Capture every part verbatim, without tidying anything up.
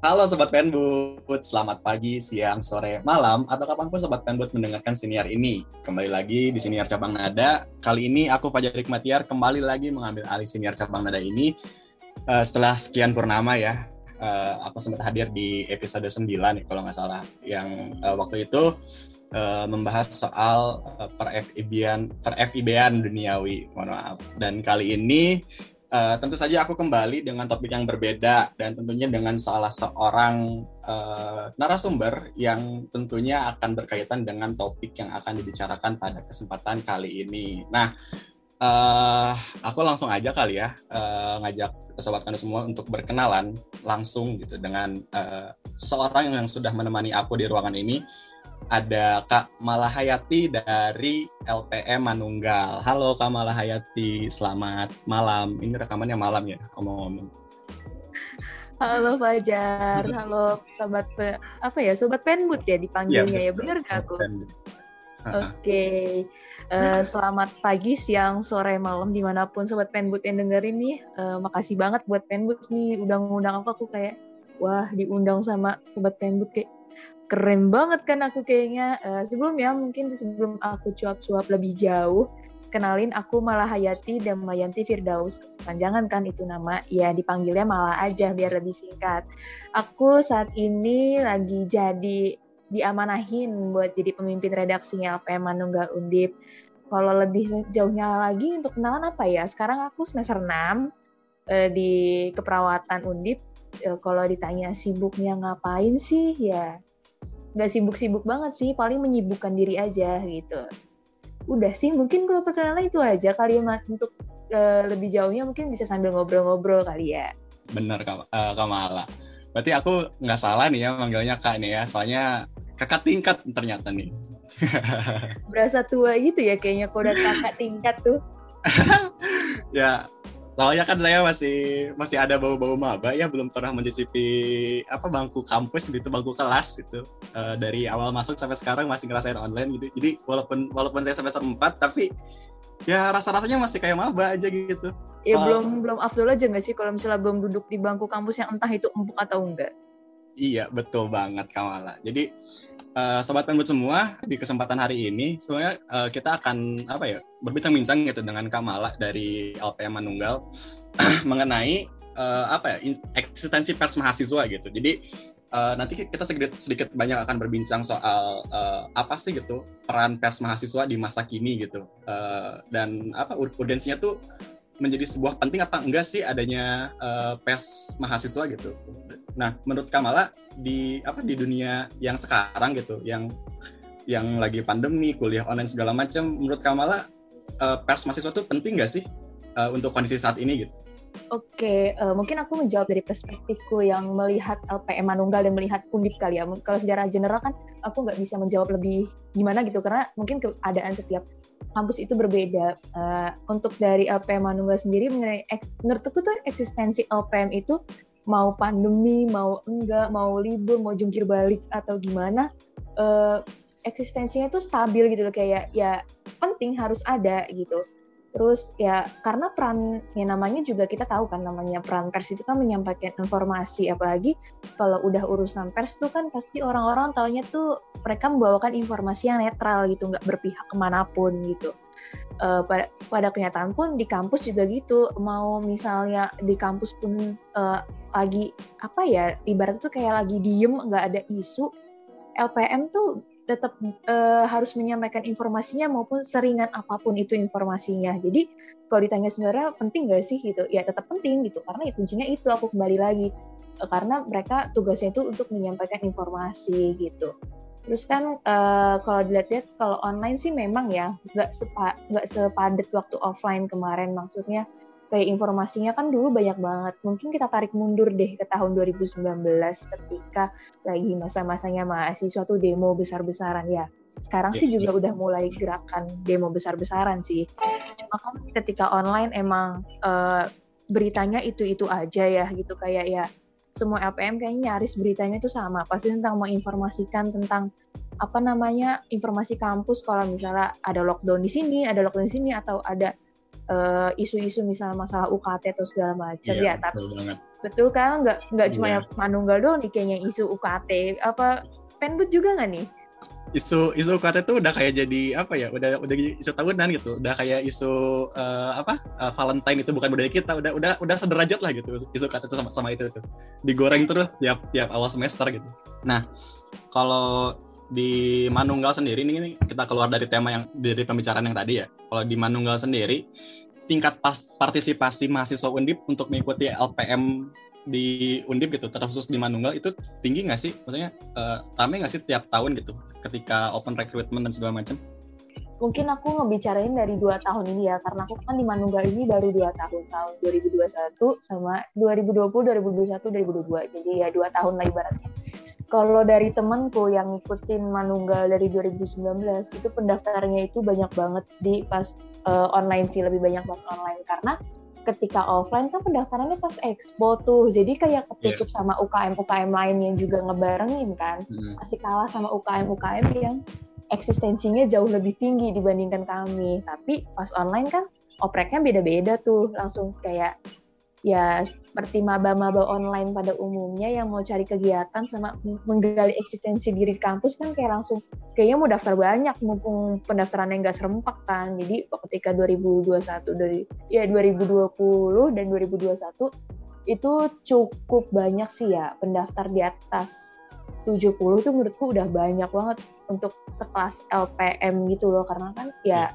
Halo Sobat Penbut, selamat pagi, siang, sore, malam, atau kapanpun Sobat Penbut mendengarkan siniar ini. Kembali lagi di Siniar Cabang Nada. Kali ini aku Fajar Hikmatiar kembali lagi mengambil alih Siniar Cabang Nada ini. Uh, setelah sekian purnama ya, uh, aku sempat hadir di episode sembilan kalau nggak salah. Yang uh, waktu itu uh, membahas soal uh, per-F I B-an, per-F I B-an duniawi, mohon maaf. Dan kali ini Uh, tentu saja aku kembali dengan topik yang berbeda dan tentunya dengan salah seorang uh, narasumber yang tentunya akan berkaitan dengan topik yang akan dibicarakan pada kesempatan kali ini. Nah, uh, aku langsung aja kali ya uh, ngajak sobat Kanda semua untuk berkenalan langsung gitu dengan uh, seseorang yang sudah menemani aku di ruangan ini. Ada Kak Malahayati dari L P M Manunggal. Halo Kak Malahayati, selamat malam. Ini rekamannya malam ya, omong-omong. Halo Fajar, halo sobat pe, apa ya, sobat Penbut ya dipanggilnya ya, ya benar gak aku? Oke, okay. uh, selamat pagi, siang, sore, malam dimanapun sobat Penbut yang dengerin nih. Uh, makasih banget buat Penbut nih, udah ngundang aku, aku kayak wah diundang sama sobat Penbut kayak keren banget kan aku kayaknya. Uh, sebelumnya mungkin sebelum aku cuap-cuap lebih jauh, kenalin aku Malahayati Damayanti Firdaus. Panjangan kan itu nama, ya dipanggilnya Mala aja biar lebih singkat. Aku saat ini lagi jadi diamanahin buat jadi pemimpin redaksinya L P M Manunggal Undip. Kalau lebih jauhnya lagi untuk kenalan apa ya, sekarang aku semester enam uh, di keperawatan Undip. Uh, kalau ditanya sibuknya ngapain sih, ya nggak sibuk-sibuk banget sih, paling menyibukkan diri aja gitu. Udah sih, mungkin kalau perkenalan itu aja kali ya, untuk uh, lebih jauhnya mungkin bisa sambil ngobrol-ngobrol kali ya. Bener Kak, uh, Kak Mala. Berarti aku nggak salah nih ya manggilnya Kak nih ya, soalnya kakak tingkat ternyata nih. Berasa tua gitu ya kayaknya kalau udah kakak tingkat tuh. Ya, soalnya kan saya masih masih ada bau-bau maba ya, belum pernah mencicipi apa bangku kampus gitu, bangku kelas gitu. Uh, dari awal masuk sampai sekarang masih ngerasain online gitu. Jadi walaupun walaupun saya semester empat tapi ya rasa-rasanya masih kayak maba aja gitu. Ya uh, belum belum afdol aja nggak sih kalau misalnya belum duduk di bangku kampus yang entah itu empuk atau enggak. Iya, betul banget Kamala. Jadi Uh, Sobat Penbut semua, di kesempatan hari ini sebenarnya uh, kita akan apa ya berbincang-bincang gitu dengan Kamala dari L P M Manunggal mengenai uh, apa ya eksistensi pers mahasiswa gitu. Jadi uh, nanti kita sedikit, sedikit banyak akan berbincang soal uh, apa sih gitu peran pers mahasiswa di masa kini gitu, uh, dan apa urgensinya tuh menjadi sebuah penting apa enggak sih adanya uh, pers mahasiswa gitu. Nah, menurut Kamala di apa di dunia yang sekarang gitu, yang yang lagi pandemi, kuliah online segala macam, menurut Kamala uh, pers mahasiswa itu penting nggak sih uh, untuk kondisi saat ini gitu? Oke, uh, mungkin aku menjawab dari perspektifku yang melihat L P M Manunggal dan melihat Undip kali ya. Kalau secara general kan aku nggak bisa menjawab lebih gimana gitu, karena mungkin keadaan setiap kampus itu berbeda. Uh, untuk dari L P M Manunggal sendiri mengenai eks, menurutku tuh eksistensi L P M itu mau pandemi, mau enggak, mau libur, mau jungkir balik atau gimana, uh, eksistensinya tuh stabil gitu loh, kayak ya penting harus ada gitu. Terus ya karena peran yang namanya juga kita tahu kan namanya peran pers itu kan menyampaikan informasi, apalagi kalau udah urusan pers tuh kan pasti orang-orang taunya tuh mereka membawakan informasi yang netral gitu, nggak berpihak kemanapun gitu. Uh, pada, pada kenyataan pun di kampus juga gitu, mau misalnya di kampus pun uh, lagi apa ya ibaratnya tuh kayak lagi diem nggak ada isu, L P M tuh tetap uh, harus menyampaikan informasinya maupun seringan apapun itu informasinya. Jadi kalau ditanya sebenarnya penting nggak sih gitu, ya tetap penting gitu, karena ya kuncinya itu aku kembali lagi uh, karena mereka tugasnya itu untuk menyampaikan informasi gitu. Terus kan uh, kalau dilihat-lihat kalau online sih memang ya nggak sepa, nggak sepadat waktu offline kemarin, maksudnya kayak informasinya kan dulu banyak banget. Mungkin kita tarik mundur deh ke tahun dua ribu sembilan belas ketika lagi masa-masanya mahasiswa tuh demo besar-besaran ya. Sekarang yeah, sih juga yeah. udah mulai gerakan demo besar-besaran sih. Cuma kan ketika online emang uh, beritanya itu-itu aja ya gitu, kayak ya semua L P M kayaknya nyaris beritanya tuh sama, pasti tentang menginformasikan tentang apa namanya informasi kampus, kalau misalnya ada lockdown di sini, ada lockdown di sini, atau ada uh, isu-isu misalnya masalah U K T atau segala macam. Iya, ya tapi Betul kan, nggak nggak cuma Iya. yang Manunggal doang nih kayaknya isu U K T, apa Penbud juga nggak nih? Isu isu U K T tuh udah kayak jadi apa ya? Udah udah jadi isu tahunan gitu. Udah kayak isu uh, apa? Uh, Valentine itu bukan budaya kita. Udah udah udah sederajat lah gitu isu U K T itu sama sama itu tuh. Digoreng terus tiap tiap awal semester gitu. Nah, kalau di Manunggal sendiri ini kita keluar dari tema yang dari pembicaraan yang tadi ya. Kalau di Manunggal sendiri tingkat pas, partisipasi mahasiswa Undip untuk mengikuti L P M di Undip gitu, terkhusus di Manunggal itu tinggi nggak sih? Maksudnya uh, rame nggak sih tiap tahun gitu, ketika open recruitment dan segala macam? Mungkin aku ngebicarain dari dua tahun ini ya, karena aku kan di Manunggal ini baru dua tahun, tahun dua ribu dua puluh satu sama dua ribu dua puluh, dua ribu dua puluh satu, dua ribu dua puluh dua, jadi ya dua tahun lah ibaratnya. Kalau dari temanku yang ngikutin Manunggal dari dua ribu sembilan belas, itu pendaftarnya itu banyak banget di pas uh, online sih, lebih banyak banget online. Karena ketika offline kan pendaftarannya pas expo tuh, jadi kayak ketutup yeah. sama U K M-U K M lain yang juga ngebarengin kan. Mm. Masih kalah sama U K M-U K M yang eksistensinya jauh lebih tinggi dibandingkan kami. Tapi pas online kan opreknya beda-beda tuh, langsung kayak ya seperti maba-maba online pada umumnya yang mau cari kegiatan sama menggali eksistensi diri kampus kan kayak langsung kayaknya mau daftar banyak mumpung pendaftarannya nggak serempak kan. Jadi ketika dua ribu dua puluh satu dari ya dua ribu dua puluh dan dua ribu dua puluh satu itu cukup banyak sih ya, pendaftar di atas tujuh puluh tuh menurutku udah banyak banget untuk sekelas L P M gitu loh, karena kan ya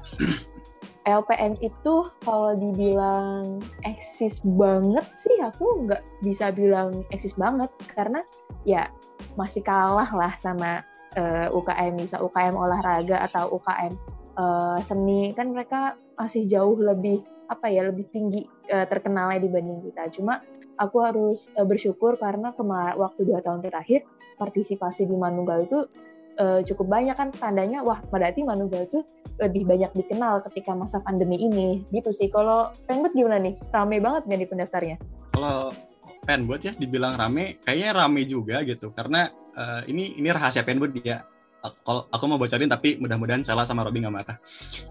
L P M itu kalau dibilang eksis banget sih aku nggak bisa bilang eksis banget, karena ya masih kalah lah sama uh, U K M, misal U K M olahraga atau U K M uh, seni, kan mereka masih jauh lebih apa ya lebih tinggi uh, terkenalnya dibanding kita. Cuma aku harus uh, bersyukur karena kemarin waktu dua tahun terakhir partisipasi di Manunggal itu uh, cukup banyak, kan tandanya wah berarti Manunggal itu lebih banyak dikenal ketika masa pandemi ini gitu sih. Kalau Penbud gimana nih? Rame banget nggak di pendaftarnya? Kalau Penbud ya dibilang rame, kayaknya rame juga gitu. Karena uh, ini ini rahasia Penbud ya. Kalau aku mau bocorin tapi mudah-mudahan salah sama Robby nggak marah.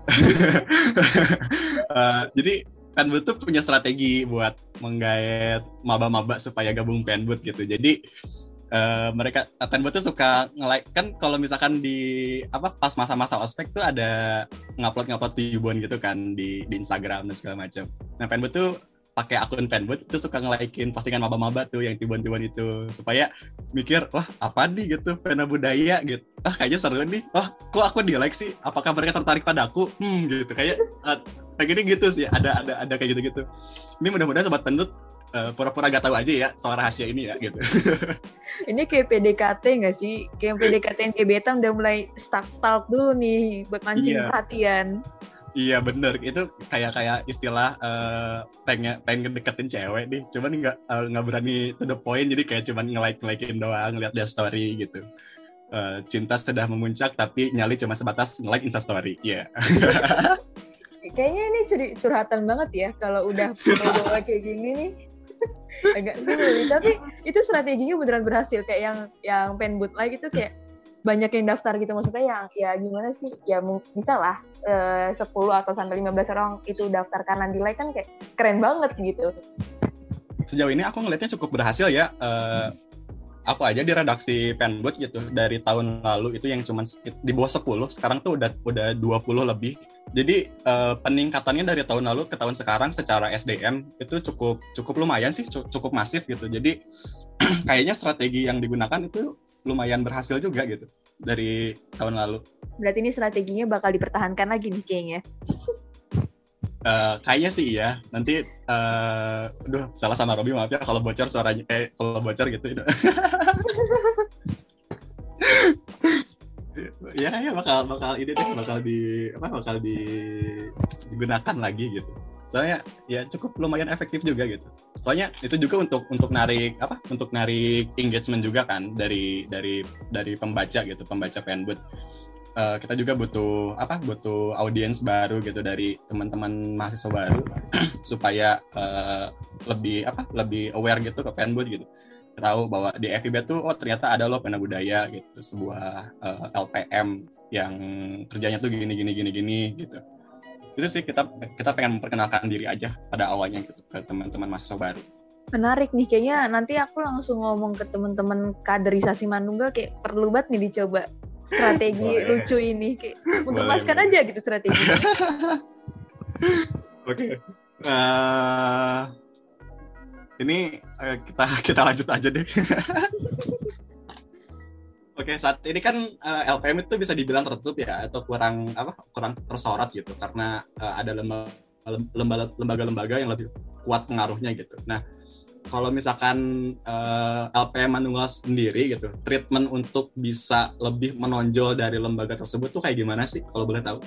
uh, jadi Penbud tuh punya strategi buat menggait maba-maba supaya gabung Penbud gitu. Jadi Uh, mereka Penbud tuh suka nge-like kan, kalau misalkan di apa pas masa-masa ospek tuh ada ngupload-ngupload tujuan gitu kan di di Instagram dan segala macam. Nah, Penbud tuh pakai akun Penbud itu suka nge-likein postingan maba-maba tuh yang tibuan-tibuan itu supaya mikir wah apa nih gitu, pena budaya gitu. Ah kayaknya seru nih. Wah, kok aku di-like sih? Apakah mereka tertarik pada aku? Hmm gitu. Kayak kayak gini gitu sih. Ada ada ada kayak gitu-gitu. Ini mudah-mudahan sobat Penbud Uh, pura-pura gak tahu aja ya soal rahasia ini ya gitu. Ini kayak P D K T nggak sih? Kayak P D K T yang gebetan udah mulai start-start dulu nih buat mancing iya. perhatian. Iya bener, itu kayak kayak istilah uh, pengen pengen deketin cewek nih, cuman nggak uh, nggak berani to the point, jadi kayak cuman nge-like nge-likein doang, ngeliat dia story gitu. Uh, cinta sudah memuncak tapi nyali cuma sebatas nge-like Insta story, iya. Yeah. Kayaknya ini cur- curhatan banget ya kalau udah bawa kayak gini nih. Agak sulit, tapi itu strateginya beneran berhasil. Kayak yang yang Penbud like itu kayak banyak yang daftar gitu, maksudnya yang ya gimana sih ya bisa lah eh, sepuluh atau sampai lima belas orang itu daftar karena di like kan kayak keren banget gitu. Sejauh ini aku ngelihatnya cukup berhasil ya. Uh, aku aja di redaksi Penbud gitu dari tahun lalu itu yang cuma di bawah sepuluh, sekarang tuh udah udah dua puluh lebih. Jadi uh, peningkatannya dari tahun lalu ke tahun sekarang secara S D M itu cukup cukup lumayan sih, cukup masif gitu. Jadi kayaknya strategi yang digunakan itu lumayan berhasil juga gitu dari tahun lalu. Berarti ini strateginya bakal dipertahankan lagi nih kayaknya. Uh, kayaknya sih iya. Nanti uh, aduh salah sama Robby, maaf ya kalau bocor suaranya kayak kalau bocor gitu. ya ya bakal bakal ini deh bakal di apa bakal di, digunakan lagi gitu. Soalnya ya cukup lumayan efektif juga gitu. Soalnya itu juga untuk untuk narik apa? Untuk narik engagement juga kan dari dari dari pembaca gitu, pembaca Penbud. Uh, kita juga butuh apa? Butuh audiens baru gitu dari teman-teman mahasiswa baru supaya uh, lebih apa? Lebih aware gitu ke Penbud gitu. Tahu bahwa di F I B tuh oh ternyata ada loh pena budaya gitu, sebuah uh, L P M yang kerjanya tuh gini gini gini gini gitu. Itu sih kita kita pengen memperkenalkan diri aja pada awalnya gitu ke teman-teman mahasiswa baru. Menarik nih, kayaknya nanti aku langsung ngomong ke teman-teman kaderisasi Manunggal kayak perlu banget nih dicoba strategi boleh. Lucu ini kayak mengemaskan aja gitu strategi. Oke, okay. uh, ini uh, kita kita lanjut aja deh. Oke, okay, saat ini kan uh, L P M itu bisa dibilang tertutup ya, atau kurang apa kurang tersorot gitu, karena uh, ada lembaga-lembaga yang lebih kuat pengaruhnya gitu. Nah, kalau misalkan uh, L P M Manunggal sendiri gitu, treatment untuk bisa lebih menonjol dari lembaga tersebut tuh kayak gimana sih, kalau boleh tahu?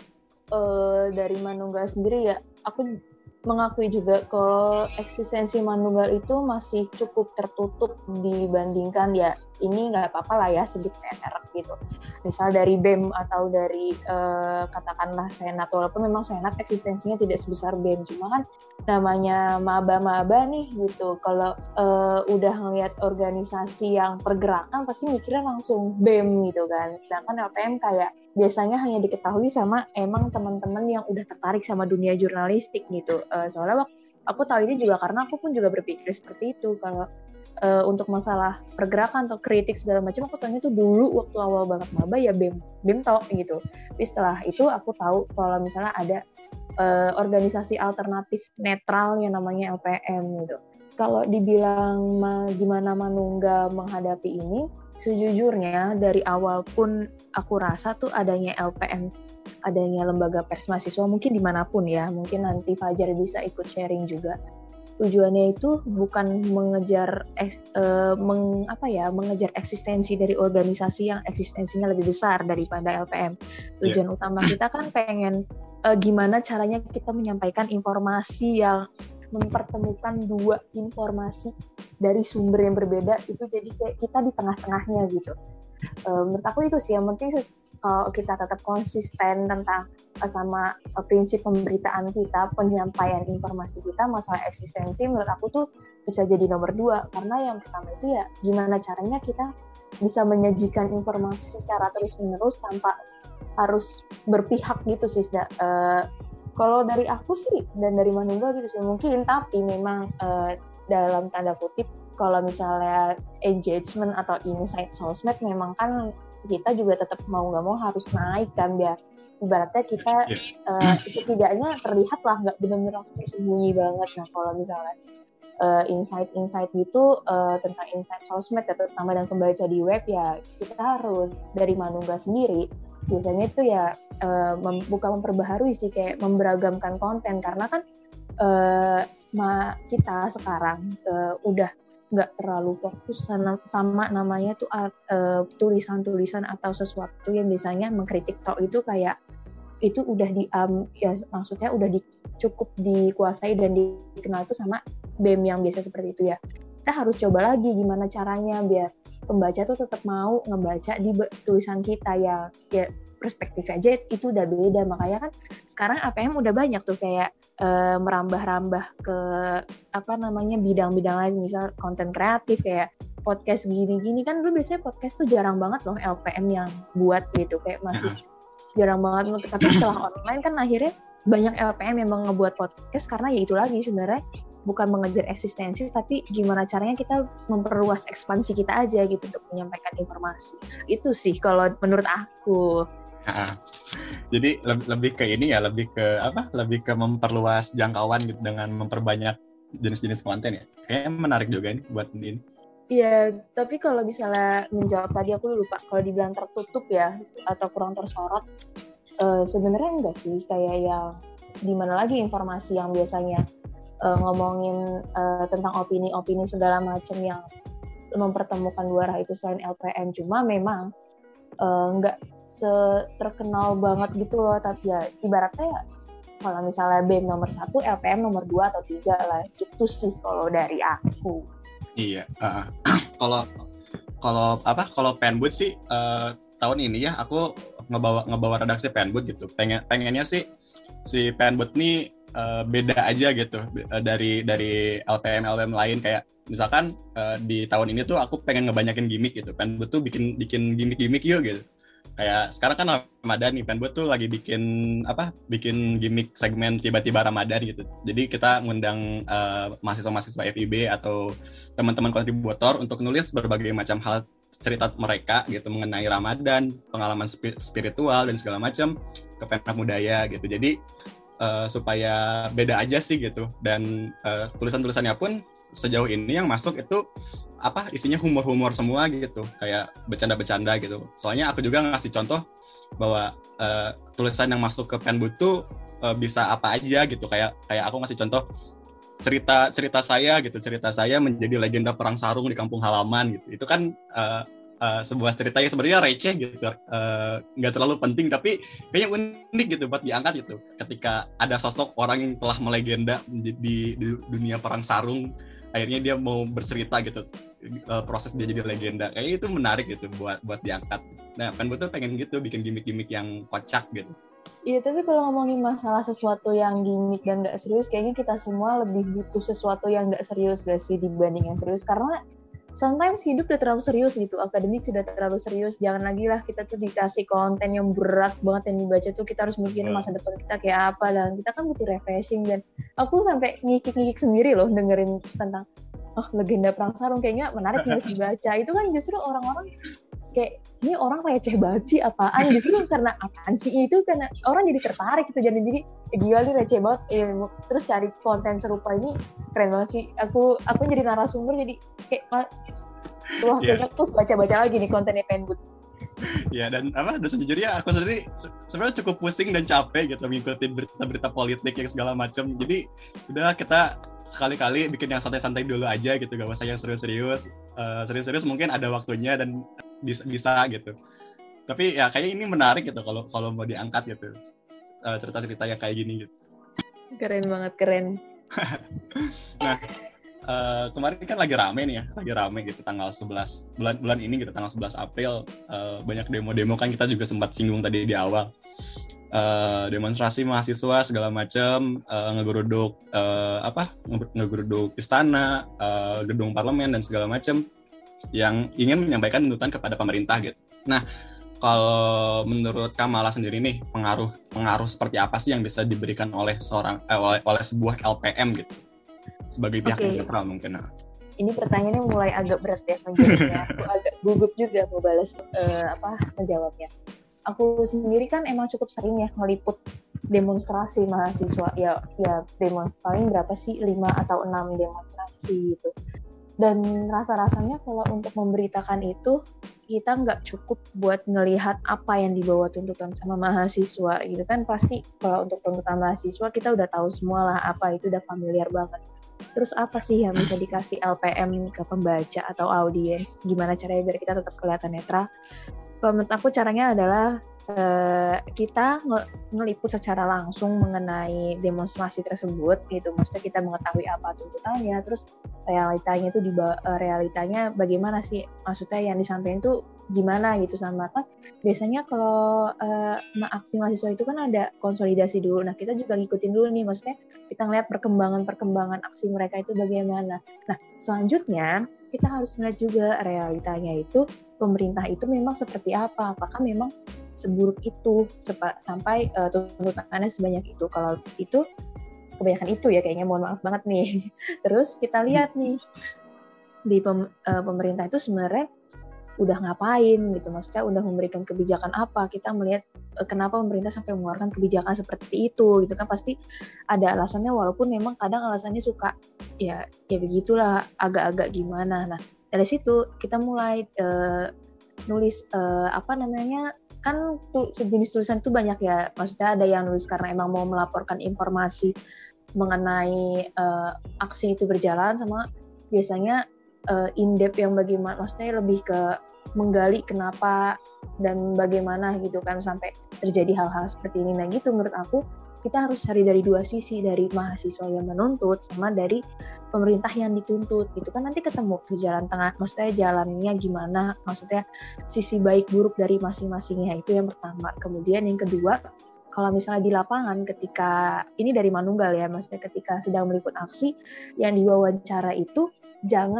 Uh, dari Manunggal sendiri ya, aku mengakui juga kalau eksistensi Manunggal itu masih cukup tertutup dibandingkan ya ini nggak apa-apa lah ya sebut merek gitu. Misal dari B E M atau dari uh, katakanlah Senat, walaupun memang Senat eksistensinya tidak sebesar B E M, cuma kan namanya maba-maba nih gitu. Kalau uh, udah ngelihat organisasi yang pergerakan pasti mikirnya langsung B E M gitu kan. Sedangkan L P M kayak biasanya hanya diketahui sama emang teman-teman yang udah tertarik sama dunia jurnalistik gitu. Uh, soalnya aku tahu ini juga karena aku pun juga berpikir seperti itu. Kalau uh, untuk masalah pergerakan atau kritik segala macam, aku tanya tuh dulu waktu awal banget maba ya B E M, B E M tok gitu. Tapi setelah itu aku tahu kalau misalnya ada uh, organisasi alternatif netral yang namanya L P M gitu. Kalau dibilang ma- gimana Manunggal menghadapi ini, sejujurnya dari awal pun aku rasa tuh adanya L P M, adanya lembaga pers mahasiswa mungkin dimanapun ya, mungkin nanti Fajar bisa ikut sharing juga. Tujuannya itu bukan mengejar eks, uh, meng, apa ya, mengejar eksistensi dari organisasi yang eksistensinya lebih besar daripada L P M. Tujuan yeah. utama kita kan pengen uh, gimana caranya kita menyampaikan informasi yang mempertemukan dua informasi dari sumber yang berbeda, itu jadi kayak kita di tengah-tengahnya gitu. Uh, menurut aku itu sih yang penting kalau kita tetap konsisten tentang uh, sama uh, prinsip pemberitaan kita, penyampaian informasi kita, masalah eksistensi menurut aku tuh bisa jadi nomor dua, karena yang pertama itu ya gimana caranya kita bisa menyajikan informasi secara terus-menerus tanpa harus berpihak gitu sih. Uh, Kalau dari aku sih dan dari Manunggal gitu sih mungkin, tapi memang uh, dalam tanda kutip kalau misalnya engagement atau insight sosmed memang kan kita juga tetap mau nggak mau harus naik kan, biar ibaratnya kita uh, setidaknya terlihat lah, nggak benar-benar langsung tersembunyi banget. Nah kalau misalnya uh, insight-insight gitu uh, tentang insight sosmed ya, terutama dan pembaca di web ya, kita harus dari Manunggal sendiri biasanya itu ya uh, mem- bukan memperbaharui sih, kayak memberagamkan konten, karena kan uh, ma- kita sekarang uh, udah nggak terlalu fokus sama, sama namanya tuh uh, tulisan-tulisan atau sesuatu yang biasanya mengkritik tok itu kayak itu udah di um, ya maksudnya udah di, cukup dikuasai dan dikenal itu sama B E M yang biasa seperti itu ya. Kita harus coba lagi gimana caranya biar pembaca tuh tetap mau ngebaca di tulisan kita ya, ya perspektif aja itu udah beda. Makanya kan sekarang A P M udah banyak tuh kayak e, merambah-rambah ke apa namanya bidang-bidang lain, misal konten kreatif kayak podcast gini-gini kan. Dulu biasanya podcast tuh jarang banget loh L P M yang buat gitu, kayak masih jarang banget. Tapi setelah online kan akhirnya banyak L P M yang mau ngebuat podcast, karena ya itu lagi sebenarnya bukan mengejar eksistensi, tapi gimana caranya kita memperluas ekspansi kita aja gitu untuk menyampaikan informasi. Itu sih kalau menurut aku. Nah, jadi lebih, lebih ke ini ya, lebih ke apa? Lebih ke memperluas jangkauan gitu dengan memperbanyak jenis-jenis konten ya. Kayaknya menarik juga nih buat ini. Iya, tapi kalau misalnya menjawab tadi aku lupa, kalau dibilang tertutup ya atau kurang tersorot, uh, sebenarnya enggak sih, kayak yang di mana lagi informasi yang biasanya Uh, ngomongin uh, tentang opini-opini segala macam yang mempertemukan dua arah itu selain L P M. Cuma memang nggak uh, terkenal banget gitu loh, tapi ya ibaratnya ya kalau misalnya B E M nomor satu, L P M nomor dua atau tiga lah, gitu sih kalau dari aku. Iya, uh, kalau kalau apa kalau Penboot sih uh, tahun ini ya aku ngebawa ngebawa redaksi Penboot gitu. Pengen pengennya sih si Penboot nih Uh, beda aja gitu uh, dari dari L P M L P M lain. Kayak misalkan uh, di tahun ini tuh aku pengen ngebanyakin gimmick gitu, pengen betul bikin bikin gimmick-gimmick yuk gitu. Kayak sekarang kan Ramadan nih, Penbud tuh lagi bikin apa? Bikin gimmick segmen tiba-tiba Ramadan gitu. Jadi kita ngundang uh, mahasiswa-mahasiswa F I B atau teman-teman kontributor untuk nulis berbagai macam hal cerita mereka gitu mengenai Ramadan, pengalaman spiritual dan segala macam ke Pemkab Budaya gitu. Jadi uh, supaya beda aja sih gitu. Dan uh, tulisan-tulisannya pun sejauh ini yang masuk itu apa isinya humor-humor semua gitu, kayak bercanda-bercanda gitu. Soalnya aku juga ngasih contoh bahwa uh, tulisan yang masuk ke Penbud tuh uh, bisa apa aja gitu, kayak kayak aku ngasih contoh cerita cerita saya gitu, cerita saya menjadi legenda perang sarung di kampung halaman gitu. Itu kan uh, uh, sebuah cerita yang sebenarnya receh gitu, nggak uh, terlalu penting tapi kayaknya unik gitu buat diangkat gitu. Ketika ada sosok orang yang telah melegenda di, di dunia perang sarung, akhirnya dia mau bercerita gitu, uh, proses dia jadi legenda, kayaknya itu menarik gitu buat buat diangkat. Nah, Penbud tuh pengen gitu bikin gimmick-gimmick yang kocak gitu. Iya, tapi kalau ngomongin masalah sesuatu yang gimmick dan nggak serius, kayaknya kita semua lebih butuh sesuatu yang nggak serius gak sih dibanding yang serius, karena sometimes hidup udah terlalu serius gitu, akademik sudah terlalu serius, jangan lagi lah kita tuh dikasih konten yang berat banget yang dibaca tuh kita harus mikirin masa depan kita kayak apa, dan kita kan butuh refreshing. Dan aku sampai ngikik-ngikik sendiri loh dengerin tentang oh legenda perang sarung, kayaknya menarik nih harus dibaca. Itu kan justru orang-orang kayak ini orang receh banget sih apaan, justru karena apaan sih itu, karena orang jadi tertarik gitu, jadi jadi eh, gila nih receh banget, eh, terus cari konten serupa. Ini keren banget sih, aku aku jadi narasumber jadi kayak wah yeah. Kayaknya aku baca-baca lagi nih kontennya Penbud. Ya, dan apa, dan sejujurnya aku sendiri sebenarnya cukup pusing dan capek gitu ngikutin berita-berita politik yang segala macam. Jadi udah kita sekali-kali bikin yang santai-santai dulu aja gitu, gak usah yang serius-serius. Uh, serius-serius mungkin ada waktunya dan bisa, bisa gitu. Tapi ya kayaknya ini menarik gitu kalau kalau mau diangkat gitu, uh, cerita-cerita yang kayak gini gitu. Keren banget, keren. Nah, Uh, kemarin kan lagi rame nih ya, lagi rame gitu tanggal sebelas bulan bulan ini gitu, tanggal sebelas April, uh, banyak demo-demo kan, kita juga sempat singgung tadi di awal. Uh, demonstrasi mahasiswa segala macam, uh, ngegeruduk uh, apa ngegeruduk istana, uh, gedung parlemen dan segala macam yang ingin menyampaikan tuntutan kepada pemerintah gitu. Nah, kalau menurut Kamala sendiri nih, pengaruh pengaruh seperti apa sih yang bisa diberikan oleh seorang eh, oleh, oleh sebuah L P M gitu? Sebagai pihak okay. yang netral mungkin. Ini pertanyaannya mulai agak berat ya menjawabnya. Aku agak gugup juga mau balas uh, apa menjawabnya. Aku sendiri kan emang cukup sering ya meliput demonstrasi mahasiswa. Ya ya demonstrasi paling berapa sih, lima atau enam demonstrasi gitu. Dan rasa-rasanya kalau untuk memberitakan itu kita nggak cukup buat ngelihat apa yang dibawa tuntutan sama mahasiswa gitu kan. Pasti kalau untuk tuntutan mahasiswa kita udah tahu semua lah apa itu, udah familiar banget. Terus apa sih yang bisa dikasih L P M ke pembaca atau audiens? Gimana caranya biar kita tetap kelihatan netral? Kalau menurut aku caranya adalah uh, kita nge- ngeliput secara langsung mengenai demonstrasi tersebut gitu. Maksudnya kita mengetahui apa tuntutannya, terus realitanya itu di uh, realitanya bagaimana sih? Maksudnya yang disampaikan itu gimana gitu, sama kan biasanya kalau uh, aksi mahasiswa itu kan ada konsolidasi dulu. Nah, kita juga ngikutin dulu nih, maksudnya kita ngeliat perkembangan-perkembangan aksi mereka itu bagaimana. Nah, selanjutnya kita harus ngeliat juga realitanya itu pemerintah itu memang seperti apa, apakah memang seburuk itu sepa, sampai uh, tuntutannya sebanyak itu. Kalau itu kebanyakan itu ya kayaknya, mohon maaf banget nih. Terus kita lihat nih di pem, uh, pemerintah itu sebenarnya udah ngapain gitu, maksudnya udah memberikan kebijakan apa. Kita melihat uh, kenapa pemerintah sampai mengeluarkan kebijakan seperti itu gitu kan, pasti ada alasannya, walaupun memang kadang alasannya suka ya ya begitulah, agak-agak gimana. Nah, dari situ kita mulai uh, nulis uh, apa namanya, kan tu, sejenis tulisan itu banyak ya, maksudnya ada yang nulis karena emang mau melaporkan informasi mengenai uh, aksi itu berjalan, sama biasanya uh, in-depth yang bagaimana, maksudnya lebih ke menggali kenapa dan bagaimana gitu kan sampai terjadi hal-hal seperti ini. Nah gitu, menurut aku kita harus cari dari dua sisi, dari mahasiswa yang menuntut sama dari pemerintah yang dituntut gitu kan, nanti ketemu tuh jalan tengah, maksudnya jalannya gimana, maksudnya sisi baik buruk dari masing-masingnya. Itu yang pertama. Kemudian yang kedua, kalau misalnya di lapangan ketika ini dari Manunggal ya, maksudnya ketika sedang meliput aksi, yang diwawancara itu jangan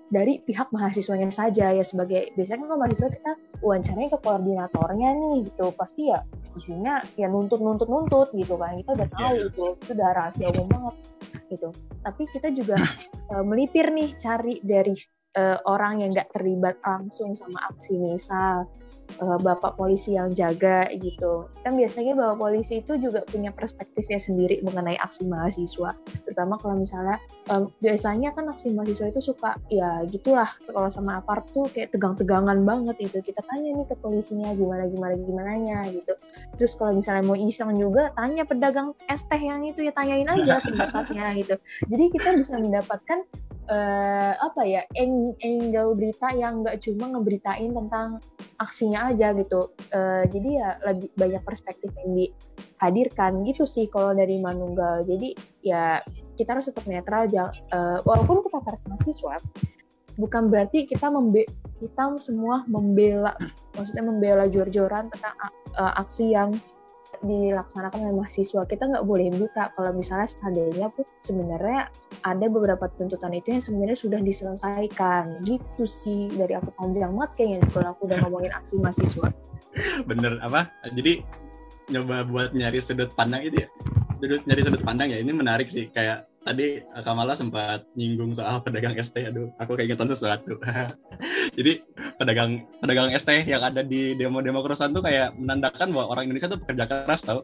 dari pihak mahasiswanya saja ya, sebagai biasanya kan mahasiswa kita wawancaranya ke koordinatornya nih gitu, pasti ya isinya ya nuntut nuntut nuntut gitu kan, kita udah tahu yeah. itu itu udah rahasia umum banget gitu. Tapi kita juga uh, melipir nih, cari dari uh, orang yang nggak terlibat langsung sama aksi, misal Uh, bapak polisi yang jaga gitu. Kan biasanya bapak polisi itu juga punya perspektifnya sendiri mengenai aksi mahasiswa. Terutama kalau misalnya um, biasanya kan aksi mahasiswa itu suka ya gitulah, kalau sama apart tuh kayak tegang-tegangan banget itu. Kita tanya nih ke polisinya gimana gimana gimananya gitu. Terus kalau misalnya mau iseng juga tanya pedagang es teh yang itu, ya tanyain aja pendapatnya gitu. Jadi kita bisa mendapatkan Uh, apa ya eng- angle berita yang nggak cuma ngeberitain tentang aksinya aja gitu. Uh, jadi ya lebih banyak perspektif yang dihadirkan gitu sih kalau dari Manunggal. Jadi ya kita harus tetap netral aja. Uh, walaupun kita pers mahasiswa, bukan berarti kita membe- kita semua membela, maksudnya membela jor-joran tentang uh, aksi yang dilaksanakan oleh mahasiswa. Kita nggak boleh buka kalau misalnya seandainya pun sebenarnya ada beberapa tuntutan itu yang sebenarnya sudah diselesaikan gitu sih. Dari aku panjang banget kayaknya kalau aku udah ngomongin aksi mahasiswa. Bener apa? Jadi nyoba buat nyari sudut pandang itu ya. Nyari sudut pandang ya, ini menarik sih. Kayak tadi Kamala sempat nyinggung soal pedagang es teh. Aduh, aku keingetan sesuatu. Jadi pedagang pedagang es teh yang ada di demo-demo kerusuhan tuh kayak menandakan bahwa orang Indonesia tuh bekerja keras, tau?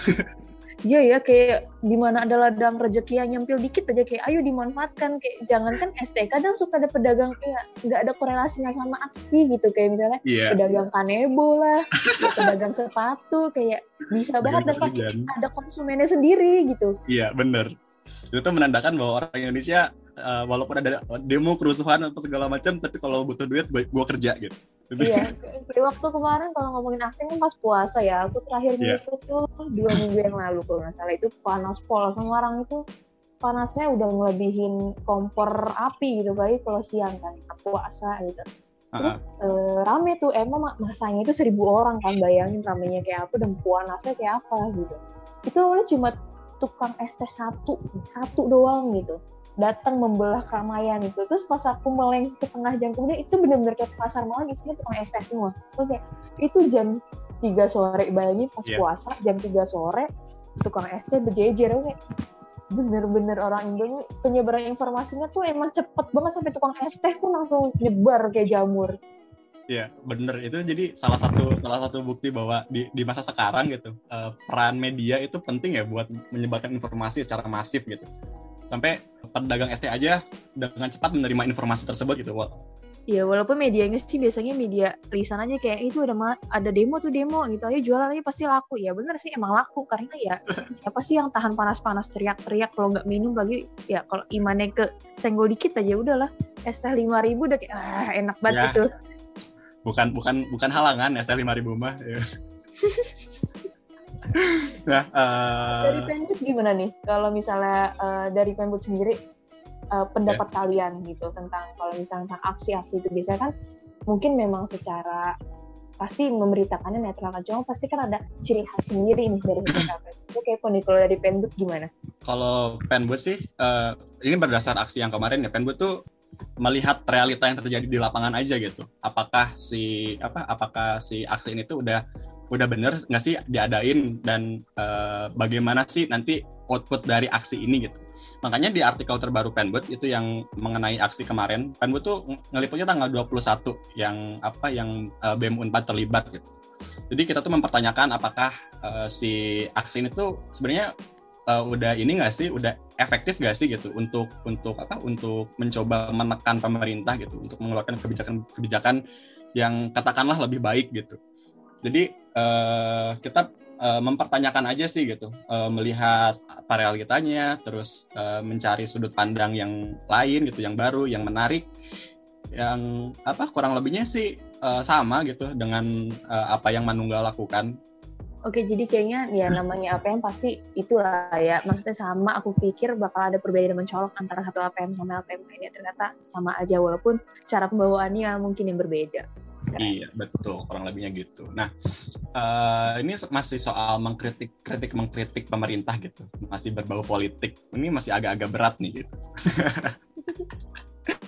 Iya ya, kayak di mana ada ladang rezeki yang nyempil dikit aja kayak ayo dimanfaatkan. Kayak jangankan es teh, kadang suka ada pedagang kayak nggak ada korelasinya sama aksi gitu, kayak misalnya yeah. pedagang kanebo lah, pedagang sepatu, kayak bisa banget dan pasti ada konsumennya sendiri gitu. Iya, bener. Itu tuh menandakan bahwa orang Indonesia uh, walaupun ada demo kerusuhan atau segala macam, tapi kalau butuh duit gue, gue kerja gitu. Iya, waktu kemarin kalau ngomongin aksi kan pas puasa ya, aku terakhir yeah. itu tuh dua minggu yang lalu kalau nggak salah, itu panas pol Semarang itu panasnya udah ngelebihin kompor api gitu, baik kalau siang kan puasa gitu. Terus uh-huh. e, rame tuh, emang masanya itu seribu orang kan, bayangin ramenya kayak apa dan panasnya kayak apa gitu. Itu awalnya cuma tukang es teh satu, satu doang gitu, datang membelah keramaian itu. Terus pas aku meleng setengah jam kemudian, itu benar-benar kayak pasar malam isinya tukang es teh semua. Oke, itu jam tiga sore, bayangin pas yeah. puasa jam tiga sore tukang es teh berjejer. Oke, bener-bener orang Indonesia penyebaran informasinya tuh emang cepet banget, sampai tukang es teh pun langsung nyebar kayak jamur. Iya, bener. Itu jadi salah satu salah satu bukti bahwa di di masa sekarang gitu, uh, peran media itu penting ya buat menyebarkan informasi secara masif gitu. Sampai pedagang es teh aja dengan cepat menerima informasi tersebut gitu. Iya, walaupun medianya sih biasanya media lisan aja, kayak itu ada ma- ada demo tuh demo gitu, ayo jualan aja pasti laku. Ya bener sih, emang laku karena ya siapa sih yang tahan panas-panas teriak-teriak kalau nggak minum lagi. Ya kalau imannya ke senggol dikit aja udahlah, es teh lima ribu udah kayak ah, enak banget ya. Itu bukan bukan bukan halangan es teh lima ribu mah. Nah, uh... dari Penbud gimana nih? Kalau misalnya uh, dari Penbud sendiri, uh, pendapat yeah. kalian gitu tentang kalau misalnya tentang aksi-aksi itu, biasanya kan mungkin memang secara pasti memberitakannya netral kan, cuma pasti kan ada ciri khas sendiri nih dari mereka. Itu kayak nih, kalau dari Penbud gimana? Kalau Penbud sih, uh, ini berdasar aksi yang kemarin ya. Penbud tuh melihat realita yang terjadi di lapangan aja gitu. Apakah si apa? Apakah si aksi ini tuh udah udah bener nggak sih diadain, dan uh, bagaimana sih nanti output dari aksi ini gitu. Makanya di artikel terbaru Penbud itu yang mengenai aksi kemarin, Penbud tuh ngeliputnya tanggal dua puluh satu yang apa yang uh, B E M Unpad terlibat gitu. Jadi kita tuh mempertanyakan apakah uh, si aksi ini tuh sebenarnya uh, udah ini nggak sih, udah efektif nggak sih gitu untuk untuk apa untuk mencoba menekan pemerintah gitu, untuk mengeluarkan kebijakan-kebijakan yang katakanlah lebih baik gitu. Jadi uh, kita uh, mempertanyakan aja sih gitu, uh, melihat apa realitanya, terus uh, mencari sudut pandang yang lain gitu, yang baru, yang menarik, yang apa kurang lebihnya sih uh, sama gitu dengan uh, apa yang Manunggal lakukan. Oke, jadi kayaknya ya namanya A P M pasti itulah ya, maksudnya sama. Aku pikir bakal ada perbedaan mencolok antara satu A P M sama A P M lainnya, ternyata sama aja walaupun cara pembawaannya mungkin yang berbeda. Iya, betul, kurang lebihnya gitu. Nah, uh, ini masih soal mengkritik, kritik mengkritik pemerintah gitu, masih berbau politik. Ini masih agak-agak berat nih gitu.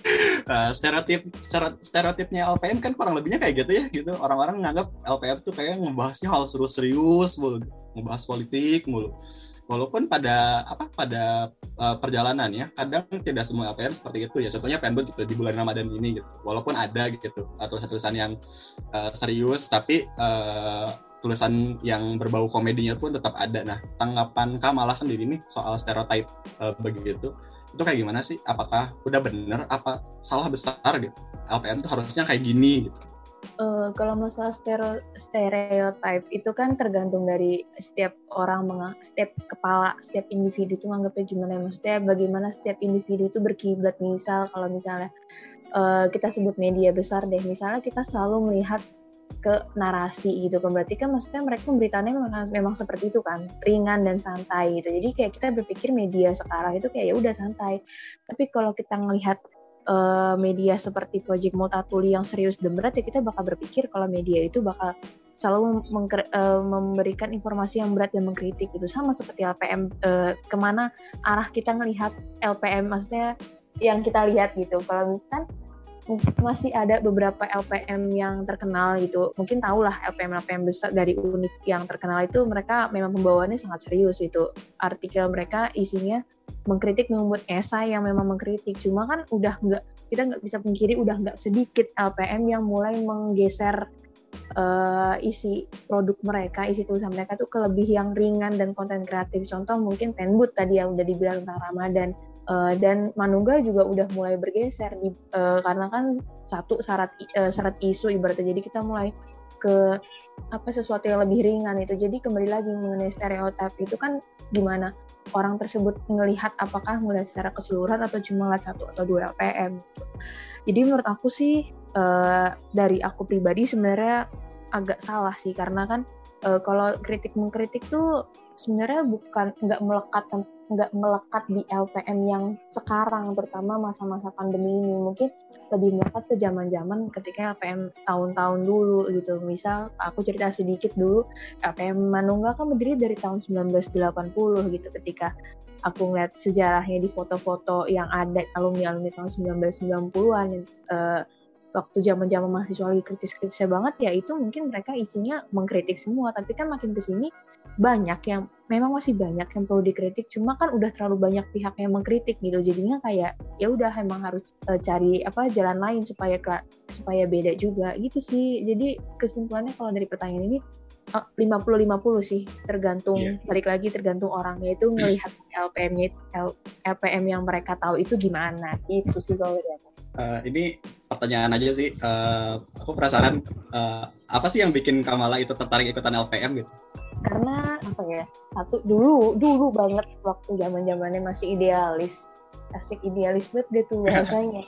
uh, stereotip stereotipnya L P M kan kurang lebihnya kayak gitu ya gitu. Orang-orang menganggap L P M tuh kayak ngebahasnya hal serius-serius mulu, ngebahas politik mulu. Walaupun pada apa pada uh, perjalanannya kadang tidak semua L P M seperti itu ya. Contohnya Penbud gitu di bulan Ramadan ini gitu. Walaupun ada gitu atau tulisan yang uh, serius tapi uh, tulisan yang berbau komedinya pun tetap ada. Nah, tanggapan Kamala sendiri nih soal stereotype uh, begitu. Itu kayak gimana sih? Apakah udah bener apa salah besar gitu? L P M tuh harusnya kayak gini gitu. Uh, kalau masalah stereo, stereotype itu kan tergantung dari setiap orang, meng- setiap kepala, setiap individu itu menganggapnya gimana. Maksudnya bagaimana setiap individu itu berkiblat. Misal kalau misalnya uh, kita sebut media besar deh, misalnya kita selalu melihat ke narasi gitu kan, berarti kan maksudnya mereka memberitakannya memang, memang seperti itu kan, ringan dan santai gitu. Jadi kayak kita berpikir media sekarang itu kayak ya udah santai. Tapi kalau kita ngelihat Uh, media seperti Project Multatuli yang serius dan berat, ya kita bakal berpikir kalau media itu bakal selalu mengker- uh, memberikan informasi yang berat dan mengkritik gitu. Sama seperti L P M, uh, kemana arah kita ngelihat L P M, maksudnya yang kita lihat gitu. Kalau misalkan masih ada beberapa L P M yang terkenal gitu, mungkin tahulah L P M L P M besar dari univ yang terkenal itu mereka memang pembawaannya sangat serius itu. Artikel mereka isinya mengkritik, membuat esai yang memang mengkritik. Cuma kan udah nggak, kita nggak bisa pungkiri udah nggak sedikit L P M yang mulai menggeser uh, isi produk mereka, isi tulisan mereka tuh ke lebih yang ringan dan konten kreatif. Contoh mungkin Penbud tadi yang udah dibilang tentang Ramadan. Uh, dan Manunggal juga udah mulai bergeser di, uh, karena kan satu syarat uh, syarat isu ibaratnya, jadi kita mulai ke apa sesuatu yang lebih ringan itu. Jadi kembali lagi mengenai stereotip itu kan gimana orang tersebut melihat, apakah melihat secara keseluruhan atau cuma lihat satu atau dua L P M. Jadi menurut aku sih uh, dari aku pribadi sebenarnya agak salah sih, karena kan uh, kalau kritik mengkritik tuh sebenarnya bukan nggak melekat nggak melekat di L P M yang sekarang, terutama masa-masa pandemi ini. Mungkin lebih melekat ke zaman-zaman ketika L P M tahun-tahun dulu gitu. Misal aku cerita sedikit dulu, L P M Manunggal kan berdiri dari tahun sembilan belas delapan puluh gitu. Ketika aku ngeliat sejarahnya di foto-foto yang ada alumni-alumni tahun sembilan belas sembilan puluhan, uh, waktu zaman-zaman mahasiswa lagi kritis-kritisnya banget, ya itu mungkin mereka isinya mengkritik semua. Tapi kan makin kesini banyak yang memang masih banyak yang perlu dikritik, cuma kan udah terlalu banyak pihak yang mengkritik gitu. Jadinya kayak ya udah emang harus uh, cari apa jalan lain supaya supaya beda juga gitu sih. Jadi kesimpulannya kalau dari pertanyaan ini uh, lima puluh lima puluh sih, tergantung yeah. Balik lagi tergantung orangnya itu ngelihat L P M-nya L P M yang mereka tahu itu gimana. Itu sih kalau dari aku. Uh, ini pertanyaan aja sih, uh, aku penasaran uh, apa sih yang bikin Kamala itu tertarik ikutan L P M gitu? Karena apa ya, satu dulu dulu banget waktu zaman zamannya masih idealis, asik idealis banget dia tuh bahasanya.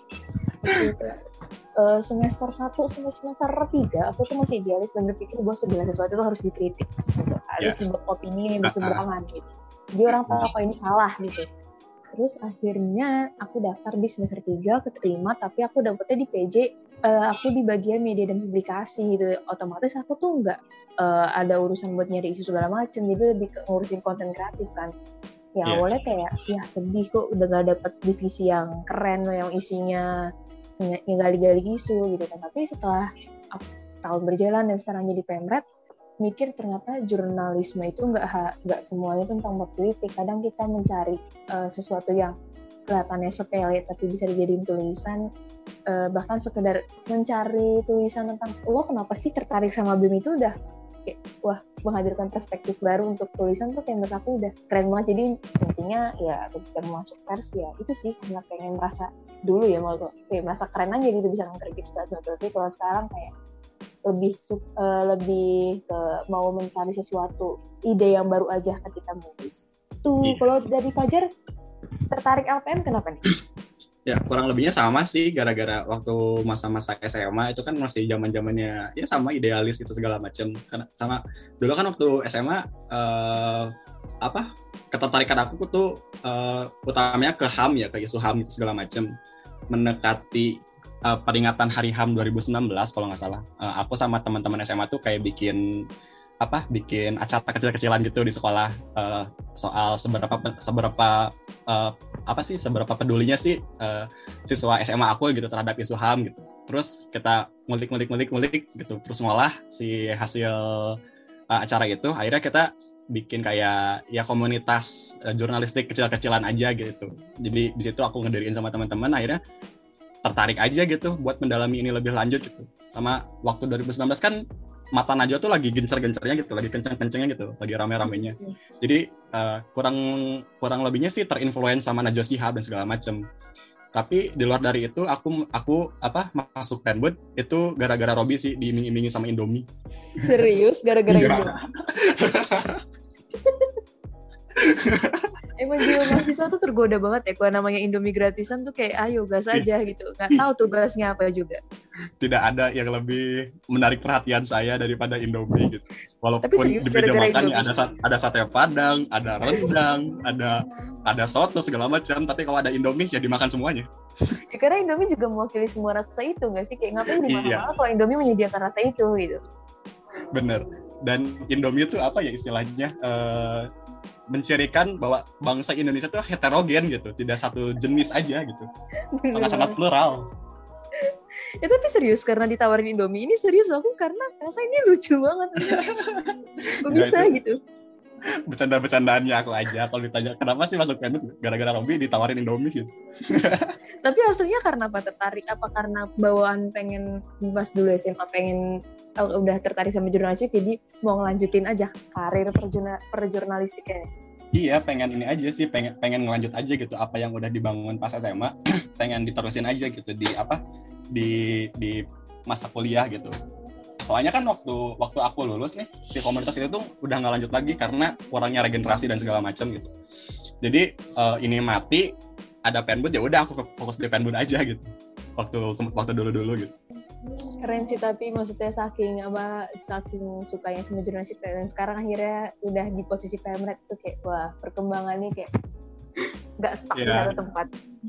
uh, semester satu sampai semester tiga aku tuh masih idealis dan berpikir bahwa segala sesuatu itu harus dikritik, gitu. Harus yeah. dibuat opini yang berseberangan gitu. Jadi orang tahu apa ini salah gitu. Terus akhirnya aku daftar di semester tiga, keterima, tapi aku dapetnya di P J, uh, aku di bagian media dan publikasi gitu. Otomatis aku tuh nggak uh, ada urusan buat nyari isu segala macam, jadi lebih ke ngurusin konten kreatif kan. Ya yeah. Awalnya kayak, ya sedih kok udah gak dapet divisi yang keren, yang isinya ngegali-gali isu gitu kan. Tapi setelah setahun berjalan dan sekarang jadi Pemret, mikir ternyata jurnalisme itu nggak nggak semuanya tentang politik. Kadang kita mencari uh, sesuatu yang kelihatannya sepele tapi bisa dijadiin tulisan, uh, bahkan sekedar mencari tulisan tentang wah kenapa sih tertarik sama B I M itu udah kayak, wah menghadirkan perspektif baru untuk tulisan tuh kayak menurut aku udah keren banget. Jadi intinya ya ketika masuk pers ya itu sih karena pengen merasa dulu ya mau kayak merasa keren aja gitu bisa mengkritik sesuatu. Tapi kalau sekarang kayak lebih uh, lebih ke mau mencari sesuatu ide yang baru aja ketika menulis. Tuh yeah. Kalau dari Fajar tertarik L P M kenapa nih? Ya kurang lebihnya sama sih, gara-gara waktu masa-masa S M A itu kan masih zaman-zamannya ya sama idealis itu segala macam. Karena sama dulu kan waktu S M A uh, apa ketertarikan aku tuh uh, utamanya ke H A M ya, ke isu H A M itu segala macam. Mendekati Uh, peringatan Hari H A M dua ribu sembilan belas kalau nggak salah, uh, aku sama teman-teman S M A tuh kayak bikin apa, bikin acara kecil-kecilan gitu di sekolah uh, soal seberapa seberapa uh, apa sih seberapa pedulinya sih uh, siswa S M A aku gitu terhadap isu H A M gitu. Terus kita ngulik-ngulik-ngulik-ngulik gitu, terus ngolah si hasil uh, acara itu. Akhirnya kita bikin kayak ya komunitas uh, jurnalistik kecil-kecilan aja gitu. Jadi di situ aku ngediriin sama teman-teman, akhirnya tertarik aja gitu buat mendalami ini lebih lanjut gitu. Sama waktu dua ribu sembilan belas kan Mata Najwa tuh lagi gencar-gencarnya gitu, lagi kenceng-kencengnya gitu, lagi rame-ramenya. Jadi uh, kurang kurang lebihnya sih terinfluence sama Najwa Shihab dan segala macam. Tapi di luar dari itu aku aku apa masuk Penbud itu gara-gara Robi sih, diiming-imingi sama Indomie. Serius gara-gara Indomie? Emang jiwa mahasiswa tuh tergoda banget ya kalau namanya Indomie gratisan tuh kayak ayo gas aja gitu, nggak tahu tugasnya apa juga. Tidak ada yang lebih menarik perhatian saya daripada Indomie gitu. Walaupun serius, di meja makan ya ada ada sate padang, ada rendang, ada ada soto segala macam, tapi kalau ada Indomie ya dimakan semuanya. Ya, karena Indomie juga mewakili semua rasa itu nggak sih? Kayak ngapain dimakan iya. kalau Indomie menyediakan rasa itu gitu. Bener. Dan Indomie itu apa ya istilahnya? Uh, mencirikan bahwa bangsa Indonesia itu heterogen gitu, tidak satu jenis aja gitu, sangat-sangat plural. Ya tapi serius karena ditawarin Indomie ini serius aku karena rasa ini lucu banget. Kok bisa ya, gitu? Bercanda-bercandaannya aku aja. Kalau ditanya kenapa sih masuk Penbud gara-gara Robi ditawarin Indomie gitu. Tapi aslinya karena apa tertarik? Apa karena bawaan pengen pas dulu S M A pengen oh, udah tertarik sama jurnalistik jadi mau ngelanjutin aja karir perjurna, perjurnalistiknya? Iya, pengen ini aja sih, pengen pengen ngelanjut aja gitu apa yang udah dibangun pas S M A, pengen diterusin aja gitu di apa di di masa kuliah gitu. Soalnya kan waktu waktu aku lulus nih, si komunitas itu tuh udah nggak lanjut lagi karena kurangnya regenerasi dan segala macam gitu. Jadi uh, ini mati, ada Penbud ya udah aku fokus di Penbud aja gitu. Waktu waktu dulu-dulu gitu. Keren sih, tapi maksudnya saking apa saking sukanya sama jurnalistik dan sekarang akhirnya udah di posisi Pemret tuh kayak wah perkembangannya kayak nggak stuck yeah. di satu tempat.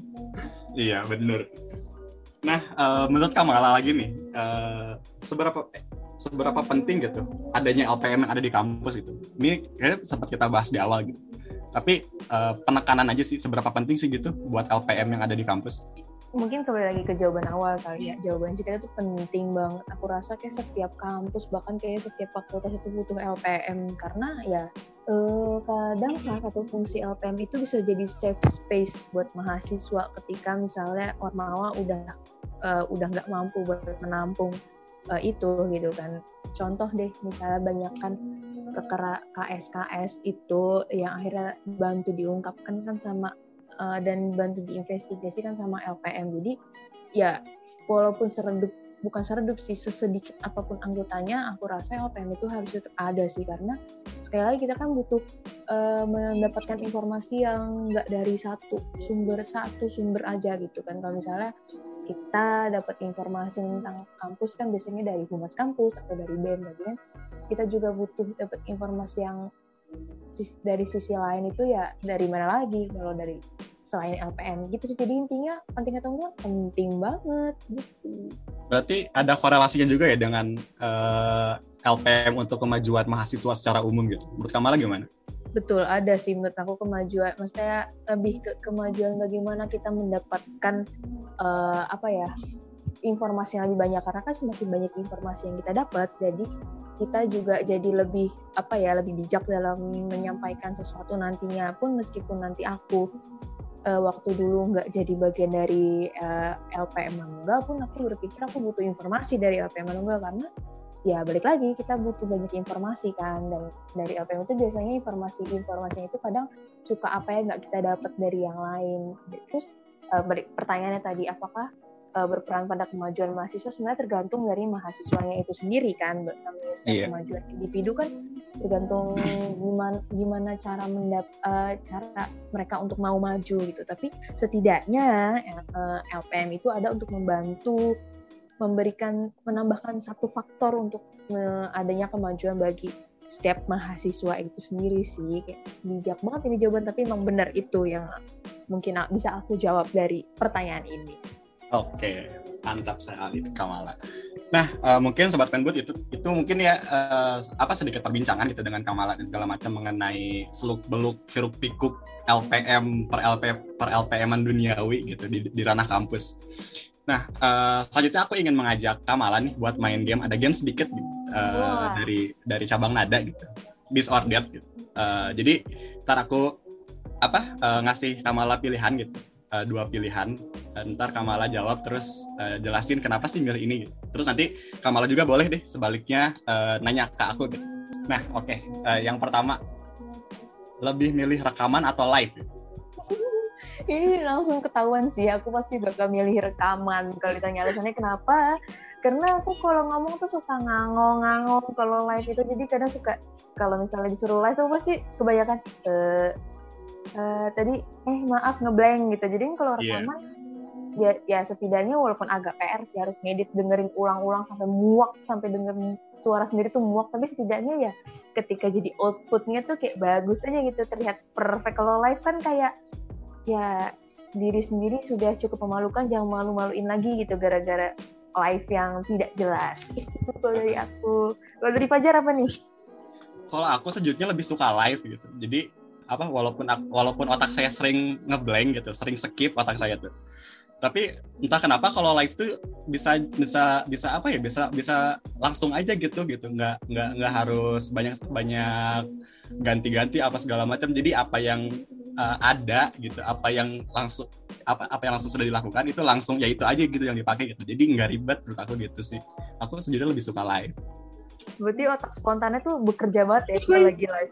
Iya benar. Nah uh, menurut Kamala lagi nih uh, seberapa seberapa penting gitu adanya L P M yang ada di kampus itu. Ini kayaknya sempat kita bahas di awal gitu. Tapi uh, penekanan aja sih seberapa penting sih gitu buat L P M yang ada di kampus. Mungkin kembali lagi ke jawaban awal kali ya. Jawaban sih kita tuh penting banget. Aku rasa kayak setiap kampus, bahkan kayak setiap fakultas itu butuh L P M. Karena ya eh, kadang salah satu fungsi L P M itu bisa jadi safe space buat mahasiswa ketika misalnya Ormawa udah uh, udah nggak mampu buat menampung uh, itu gitu kan. Contoh deh misalnya banyak kan kekera K S K S itu yang akhirnya bantu diungkapkan kan sama Uh, dan bantu diinvestigasikan sama L P M. Jadi ya walaupun seredup, bukan seredup sih, sesedikit apapun anggotanya, aku rasa L P M itu harus tetap ada sih, karena sekali lagi kita kan butuh uh, mendapatkan informasi yang nggak dari satu sumber satu sumber aja gitu kan. Kalau misalnya kita dapat informasi tentang kampus kan biasanya dari humas kampus atau dari B E M, tapi kan kita juga butuh dapat informasi yang dari sisi lain itu ya dari mana lagi kalau dari selain L P M gitu. Jadi intinya penting atau enggak penting banget gitu. Berarti ada korelasinya juga ya dengan uh, L P M untuk kemajuan mahasiswa secara umum gitu. Menurut Kamala gimana? Betul, ada sih menurut aku kemajuan. Maksudnya lebih ke kemajuan bagaimana kita mendapatkan uh, apa ya informasi yang lebih banyak, karena kan semakin banyak informasi yang kita dapat, jadi kita juga jadi lebih apa ya lebih bijak dalam menyampaikan sesuatu nantinya pun. Meskipun nanti aku uh, waktu dulu nggak jadi bagian dari uh, L P M Manunggal pun aku berpikir aku butuh informasi dari L P M Manunggal, karena ya balik lagi kita butuh banyak informasi kan, dan dari L P M itu biasanya informasi-informasi itu kadang suka apa ya nggak kita dapat dari yang lain. Terus uh, pertanyaannya tadi apakah berperan pada kemajuan mahasiswa, sebenarnya tergantung dari mahasiswanya itu sendiri kan. Namanya yeah. Kemajuan individu kan tergantung gimana gimana cara mendap uh, cara mereka untuk mau maju gitu. Tapi setidaknya uh, L P M itu ada untuk membantu memberikan menambahkan satu faktor untuk uh, adanya kemajuan bagi setiap mahasiswa itu sendiri sih. Kayak bijak banget ini jawaban, tapi emang benar itu yang mungkin bisa aku jawab dari pertanyaan ini. Oke, mantap sekali Kamala. Nah, uh, mungkin Sobat Penbut itu itu mungkin ya uh, apa sedikit perbincangan gitu dengan Kamala dan segala macam mengenai seluk-beluk hiruk pikuk L P M per L P per L P M-an duniawi gitu di, di ranah kampus. Nah, uh, selanjutnya aku ingin mengajak Kamala nih buat main game. Ada game sedikit uh, dari dari cabang nada gitu, This or That gitu. Uh, jadi ntar aku apa uh, ngasih Kamala pilihan gitu. Uh, dua pilihan, uh, ntar Kamala jawab terus uh, jelasin kenapa sih milih ini gitu. Terus nanti Kamala juga boleh deh sebaliknya uh, nanya ke aku gitu. Nah oke, okay. uh, yang pertama, lebih milih rekaman atau live? Ini langsung ketahuan sih, aku pasti bakal milih rekaman. Kalau ditanya alasannya kenapa, karena aku kalau ngomong tuh suka ngangong-ngangong kalau live itu, jadi kadang suka kalau misalnya disuruh live tuh pasti kebanyakan uh, Uh, tadi eh maaf ngeblank gitu. Jadi kalau rekaman yeah. ya ya setidaknya walaupun agak P R sih harus ngedit, dengerin ulang-ulang sampai muak, sampai dengerin suara sendiri tuh muak, tapi setidaknya ya ketika jadi outputnya tuh kayak bagus aja gitu, terlihat perfect. Kalau live kan kayak ya diri sendiri sudah cukup memalukan, jangan malu-maluin lagi gitu gara-gara live yang tidak jelas. Itu kalau dari aku. Kalau dari Fajar apa nih? Kalau aku sejujurnya lebih suka live gitu. Jadi apa walaupun walaupun otak saya sering ngeblank gitu, sering skip otak saya tuh. Tapi entah kenapa kalau live tuh bisa bisa bisa apa ya? Bisa bisa langsung aja gitu gitu. Nggak nggak nggak harus banyak banyak ganti-ganti apa segala macam. Jadi apa yang uh, ada gitu, apa yang langsung apa apa yang langsung sudah dilakukan itu langsung ya itu aja gitu yang dipakai gitu. Jadi nggak ribet menurut aku gitu sih. Aku sendiri lebih suka live. Berarti otak spontannya tuh bekerja banget ya kalau lagi live.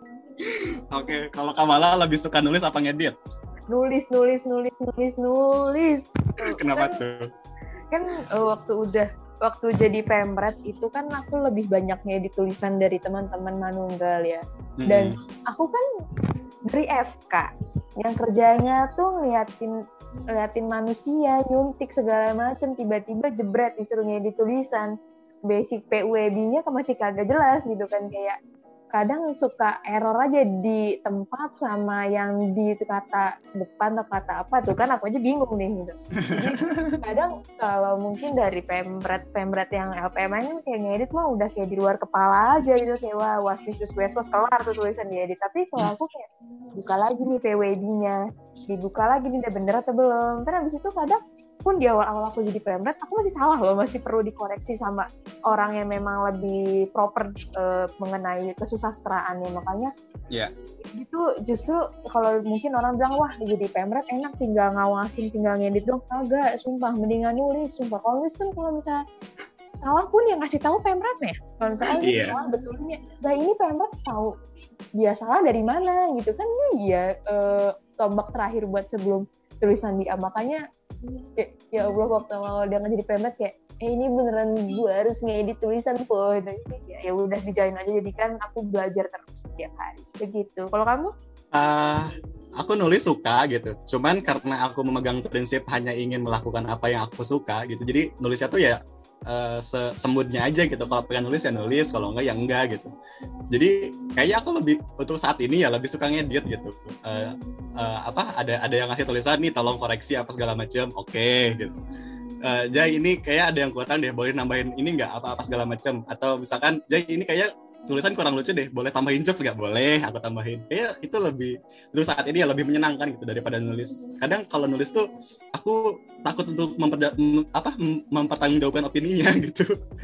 Oke, kalau Kamala lebih suka nulis apa ngedit? Nulis, nulis, nulis, nulis, nulis. Kenapa kan, tuh? Kan uh, waktu udah waktu jadi pemret itu kan aku lebih banyak ngedit tulisan dari teman-teman manunggal ya. Mm-hmm. Dan aku kan dari F K yang kerjanya tuh ngeliatin ngeliatin manusia, nyuntik segala macem, tiba-tiba jebret disuruh ngedit tulisan. Basic P U E B-nya masih kagak jelas gitu kan, kayak kadang suka error aja di tempat sama yang di kata depan atau kata apa tuh kan aku aja bingung nih gitu. Jadi kadang kalau mungkin dari pemret pemret yang L P M kan kayak ngedit mah udah kayak di luar kepala aja gitu, kayak wah waswis waswis kelar tuh tulisan diedit. Tapi kalau aku kayak buka lagi nih P W D-nya, dibuka lagi nih udah bener atau belum. Terus abis itu kadang pun di awal-awal aku jadi pemret, aku masih salah loh, masih perlu dikoreksi sama orang yang memang lebih proper uh, mengenai kesusastraannya. Makanya yeah. Gitu justru kalau mungkin orang bilang wah jadi pemret enak tinggal ngawasin, tinggal ngedit dong, kagak, sumpah mendingan nulis, sumpah. Kalau nulis kan kalau misalnya salah pun yang ngasih tahu pemretnya. Kalau misalnya ini yeah. salah betulnya, nah ini pemret tahu dia salah dari mana gitu kan, dia uh, tombak terakhir buat sebelum tulisan dia. Makanya ya, ya Allah waktu mau dia jadi pemret kayak eh ini beneran gue harus ngedit tulisan po, ya, ya udah dijalin aja, jadi kan aku belajar terus setiap hari begitu. Kalau kamu? Uh, aku nulis suka gitu, cuman karena aku memegang prinsip hanya ingin melakukan apa yang aku suka gitu, jadi nulisnya tuh ya uh, semudnya aja gitu. Kalau pengen nulis ya nulis, kalau enggak ya enggak gitu. Jadi kayaknya aku lebih untuk saat ini ya lebih suka ngedit gitu. Uh, uh, apa ada ada yang ngasih tulisan nih tolong koreksi apa segala macam, oke okay, gitu. Uh, Jai ini kayak ada yang kurang deh, boleh nambahin ini nggak apa-apa segala macam, atau misalkan Jai ini kayak tulisan kurang lucu deh, boleh tambahin jokes nggak? Boleh, aku tambahin. Kayak itu lebih dulu saat ini ya lebih menyenangkan gitu daripada nulis. Kadang kalau nulis tuh aku takut untuk memperda- mem- apa mempertanggungjawabkan opininya gitu.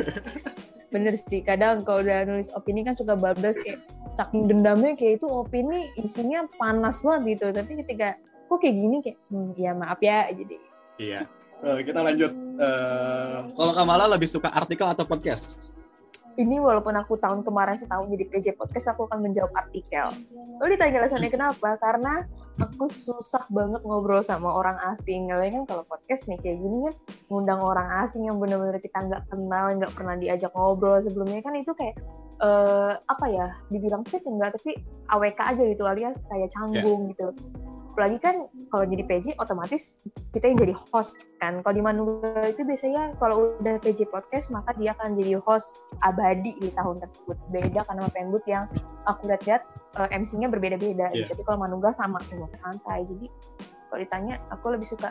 Bener sih, kadang kalau udah nulis opini kan suka bablas, kayak saking dendamnya kayak itu opini isinya panas banget gitu. Tapi ketika kok kayak gini kayak hmm, ya maaf ya jadi. Iya. Uh, kita lanjut. Uh, kalau Kamala lebih suka artikel atau podcast? Ini walaupun aku tahun kemarin setahun jadi P J podcast, aku akan menjawab artikel. Lo ditanya alasannya kenapa? Karena aku susah banget ngobrol sama orang asing. Lainnya kan kalau podcast nih kayak gini kan ngundang orang asing yang benar-benar kita nggak kenal, nggak pernah diajak ngobrol sebelumnya, kan itu kayak uh, apa ya? Dibilang sih enggak, tapi A W K aja gitu, alias kayak canggung yeah. gitu. Apalagi kan kalau jadi P J otomatis kita yang jadi host kan. Kalau di Manunggal itu biasanya kalau udah P J podcast maka dia akan jadi host abadi di tahun tersebut. Beda karena sama Penbut yang aku lihat-lihat uh, M C-nya berbeda-beda. Yeah. Jadi kalau Manunggal sama, cuma santai. Jadi kalau ditanya aku lebih suka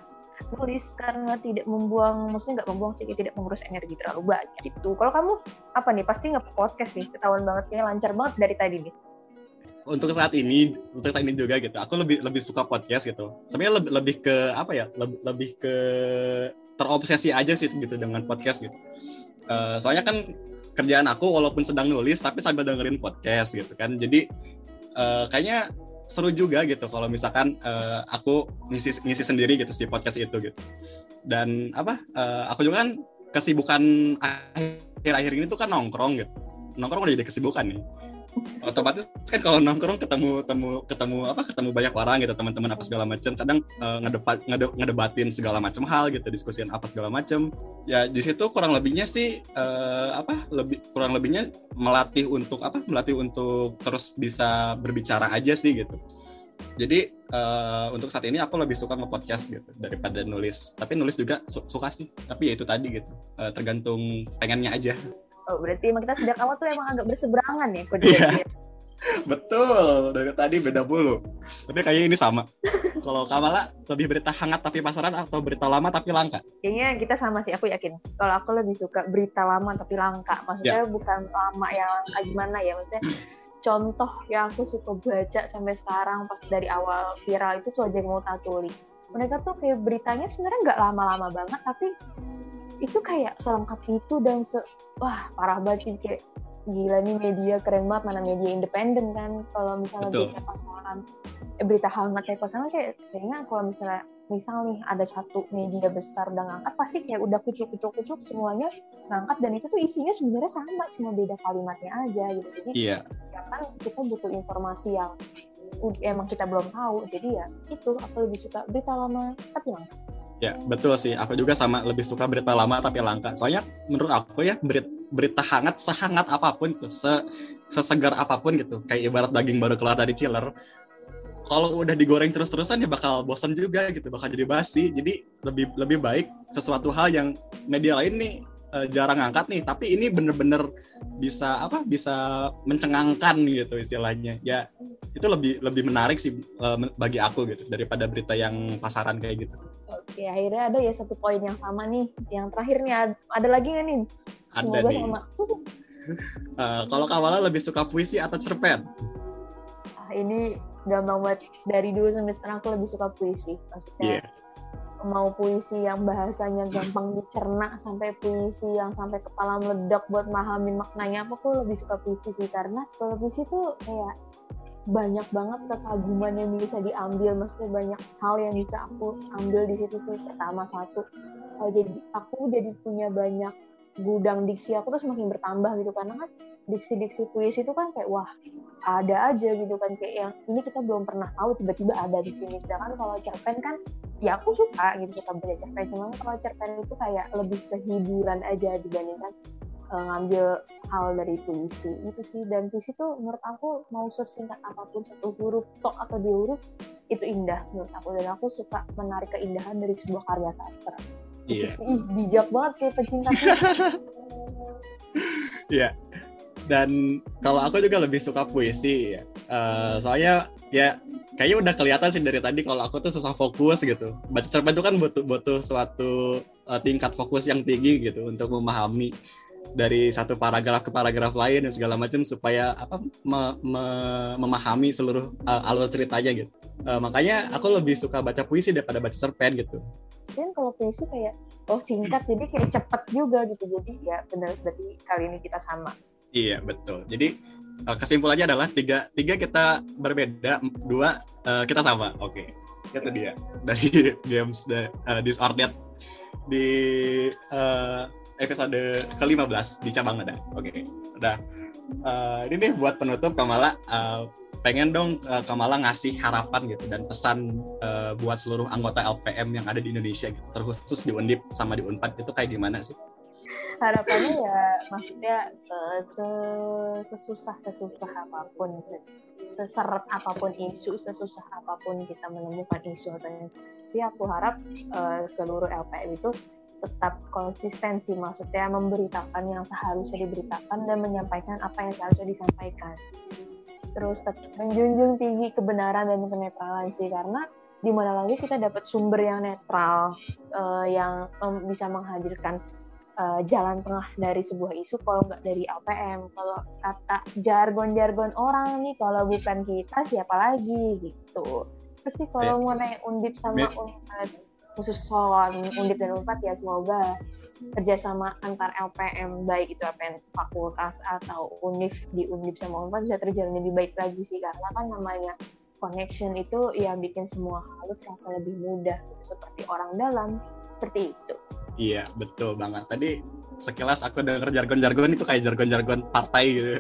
nulis karena tidak membuang, maksudnya nggak membuang sih, tidak menguras energi terlalu banyak gitu. Kalau kamu apa nih? Pasti nge-podcast sih, ketahuan banget, kayaknya lancar banget dari tadi nih. Untuk saat ini, untuk saat ini juga gitu, aku lebih lebih suka podcast gitu. Sebenarnya lebih, lebih ke apa ya? Lebih, lebih ke terobsesi aja sih gitu dengan podcast gitu. Uh, soalnya kan kerjaan aku walaupun sedang nulis tapi sambil dengerin podcast gitu kan. Jadi uh, kayaknya seru juga gitu kalau misalkan uh, aku ngisi ngisi sendiri gitu si podcast itu gitu. Dan apa? Uh, aku juga kan kesibukan akhir-akhir ini tuh kan nongkrong gitu. Nongkrong udah jadi kesibukan nih. Otomatis kan kalau nongkrong ketemu ketemu ketemu apa ketemu banyak orang gitu, teman-teman apa segala macam, kadang uh, ngedebat ngede, ngedebatin segala macam hal gitu, diskusiin apa segala macam. Ya di situ kurang lebihnya sih uh, apa lebih kurang lebihnya melatih untuk apa melatih untuk terus bisa berbicara aja sih gitu. Jadi uh, untuk saat ini aku lebih suka nge-podcast gitu daripada nulis. Tapi nulis juga su- suka sih, tapi ya itu tadi gitu, uh, tergantung pengennya aja. Oh, berarti emang kita sejak awal tuh emang agak berseberangan ya kode-kodenya. Betul, dari tadi beda mulu. Tapi kayaknya ini sama. Kalau Kamala lebih berita hangat tapi pasaran atau berita lama tapi langka? Kayaknya kita sama sih, aku yakin. Kalau aku lebih suka berita lama tapi langka. Maksudnya ya. Bukan lama yang langka gimana ya, maksudnya contoh yang aku suka baca sampai sekarang pas dari awal viral itu tuh Ajeng Multatuli. Mereka tuh kayak beritanya sebenarnya nggak lama-lama banget, tapi itu kayak selengkap itu dan se wah parah banget sih, kayak gila nih media keren banget, mana media independen kan. Kalau misalnya Betul. berita pasaran eh, berita hangat kayak pasaran kayak kayaknya kalau misalnya misal nih ada satu media besar udah ngangkat pasti kayak udah kucuk-kucuk-kucuk semuanya ngangkat, dan itu tuh isinya sebenarnya sama, cuma beda kalimatnya aja gitu. Jadi iya. ya kan kita butuh informasi yang emang kita belum tahu, jadi ya itu aku lebih suka berita lama tapi langka. Ya, betul sih. Aku juga sama, lebih suka berita lama tapi langka. Soalnya menurut aku ya, berita, berita hangat, sehangat apapun tuh, se, sesegar apapun gitu. Kayak ibarat daging baru keluar dari chiller. Kalau udah digoreng terus-terusan ya bakal bosan juga gitu, bakal jadi basi. Jadi lebih lebih baik sesuatu hal yang media lain nih uh, jarang ngangkat nih, tapi ini bener-bener bisa apa? Bisa mencengangkan gitu istilahnya. Ya, itu lebih lebih menarik sih uh, bagi aku gitu daripada berita yang pasaran kayak gitu. Oke, akhirnya ada ya satu poin yang sama nih. Yang terakhir nih, ada, ada lagi nggak nih? Ada Semoga nih. Sama. uh, kalau Kamala lebih suka puisi atau cerpen? Ah, ini gampang banget. Dari dulu sampai sekarang aku lebih suka puisi. Maksudnya yeah. mau puisi yang bahasanya gampang dicerna, sampai puisi yang sampai kepala meledak buat mahamin maknanya apa, aku lebih suka puisi sih. Karena kalau puisi tuh kayak banyak banget kekaguman yang bisa diambil, maksudnya banyak hal yang bisa aku ambil di situ sih. Pertama satu, uh, jadi aku jadi punya banyak gudang diksi aku tuh semakin bertambah gitu, karena kan diksi-diksi puisi itu kan kayak wah ada aja gitu kan, kayak yang ini kita belum pernah tahu tiba-tiba ada di sini. Sedangkan kalau cerpen kan ya aku suka gitu, suka baca cerpen, cuma kalau cerpen itu kayak lebih ke hiburan aja dibandingkan ngambil hal dari puisi itu sih. Dan puisi tuh menurut aku mau sesingkat apapun, satu huruf tok atau dua huruf itu indah menurut aku, dan aku suka menarik keindahan dari sebuah karya sastra. Iya. Itu sih ih, bijak banget kayak pecinta Iya. Dan kalau aku juga lebih suka puisi ya. Uh, soalnya ya kayaknya udah kelihatan sih dari tadi kalau aku tuh susah fokus gitu. Baca cerpen itu kan butuh butuh suatu uh, tingkat fokus yang tinggi gitu untuk memahami dari satu paragraf ke paragraf lain dan segala macam supaya apa me, me, memahami seluruh uh, alur ceritanya gitu. Uh, makanya aku lebih suka baca puisi daripada baca cerpen gitu. Dan kalau puisi kayak oh singkat jadi kayak cepet juga gitu. Jadi ya benar, berarti kali ini kita sama. Iya betul. Jadi uh, kesimpulannya adalah tiga tiga kita berbeda, dua uh, kita sama. Oke. Okay. Itu dia dari Games the, uh, Disordered di uh, episode ke lima belas di cabang nada. Oke, okay. Udah. Uh, ini deh buat penutup Kamala, uh, pengen dong uh, Kamala ngasih harapan gitu dan pesan uh, buat seluruh anggota L P M yang ada di Indonesia gitu, terkhusus di Undip sama di Unpad itu kayak gimana sih? Harapannya ya maksudnya sesusah sesusah apapun, seseret apapun isu, sesusah apapun kita menemukan isu atau sih, aku harap uh, seluruh L P M itu tetap konsistensi, maksudnya memberitakan yang seharusnya diberitakan dan menyampaikan apa yang seharusnya disampaikan. Terus tetap menjunjung tinggi kebenaran dan kenetralan sih, karena di mana lagi kita dapat sumber yang netral, uh, yang um, bisa menghadirkan uh, jalan tengah dari sebuah isu kalau nggak dari L P M. Kalau kata jargon-jargon orang nih, kalau bukan kita siapa lagi gitu. Terus sih kalau mau naik Undip sama Unpad, khusus soal Undip dan Unpad ya semoga kerjasama antar L P M, baik itu L P M fakultas atau univ di Undip sama Unpad bisa terjalin lebih baik lagi sih, karena kan namanya connection itu yang bikin semua hal terasa lebih mudah, seperti orang dalam, seperti itu. Iya, betul banget. Tadi sekilas aku dengar jargon-jargon itu kayak jargon-jargon partai gitu.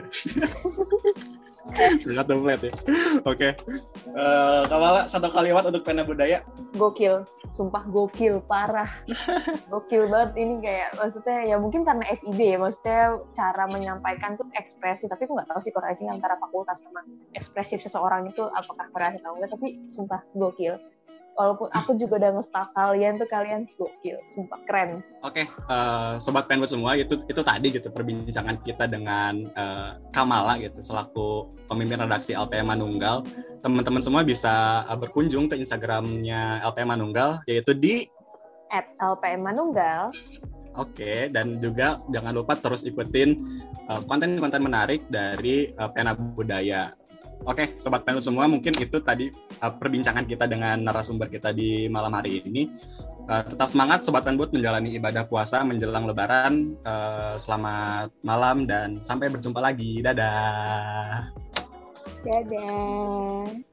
Sangat dompet ya. Oke. Okay. Uh, Kamala, satu kalimat untuk Pena Budaya. Gokil. Sumpah gokil, parah. Gokil banget ini, kayak maksudnya ya mungkin karena F I B ya, maksudnya cara menyampaikan tuh ekspresif, tapi aku nggak tahu sih korelasinya antara fakultas sama ekspresif seseorang itu apakah korelasi atau enggak, tapi sumpah gokil. Walaupun aku juga udah nge-stalk kalian tuh, kalian gokil, sumpah keren. Oke, okay, uh, Sobat Penwood semua, itu itu tadi gitu perbincangan kita dengan uh, Kamala gitu, selaku pemimpin redaksi L P M Manunggal. Teman-teman semua bisa uh, berkunjung ke Instagramnya L P M Manunggal, yaitu di at L P M Manunggal. Oke, okay, dan juga jangan lupa terus ikutin uh, konten-konten menarik dari uh, Pena Budaya. Oke, Sobat Penwood semua, mungkin itu tadi uh, perbincangan kita dengan narasumber kita di malam hari ini. Uh, tetap semangat Sobat Penwood menjalani ibadah puasa menjelang Lebaran. Uh, selamat malam dan sampai berjumpa lagi. Dadah. Dadah.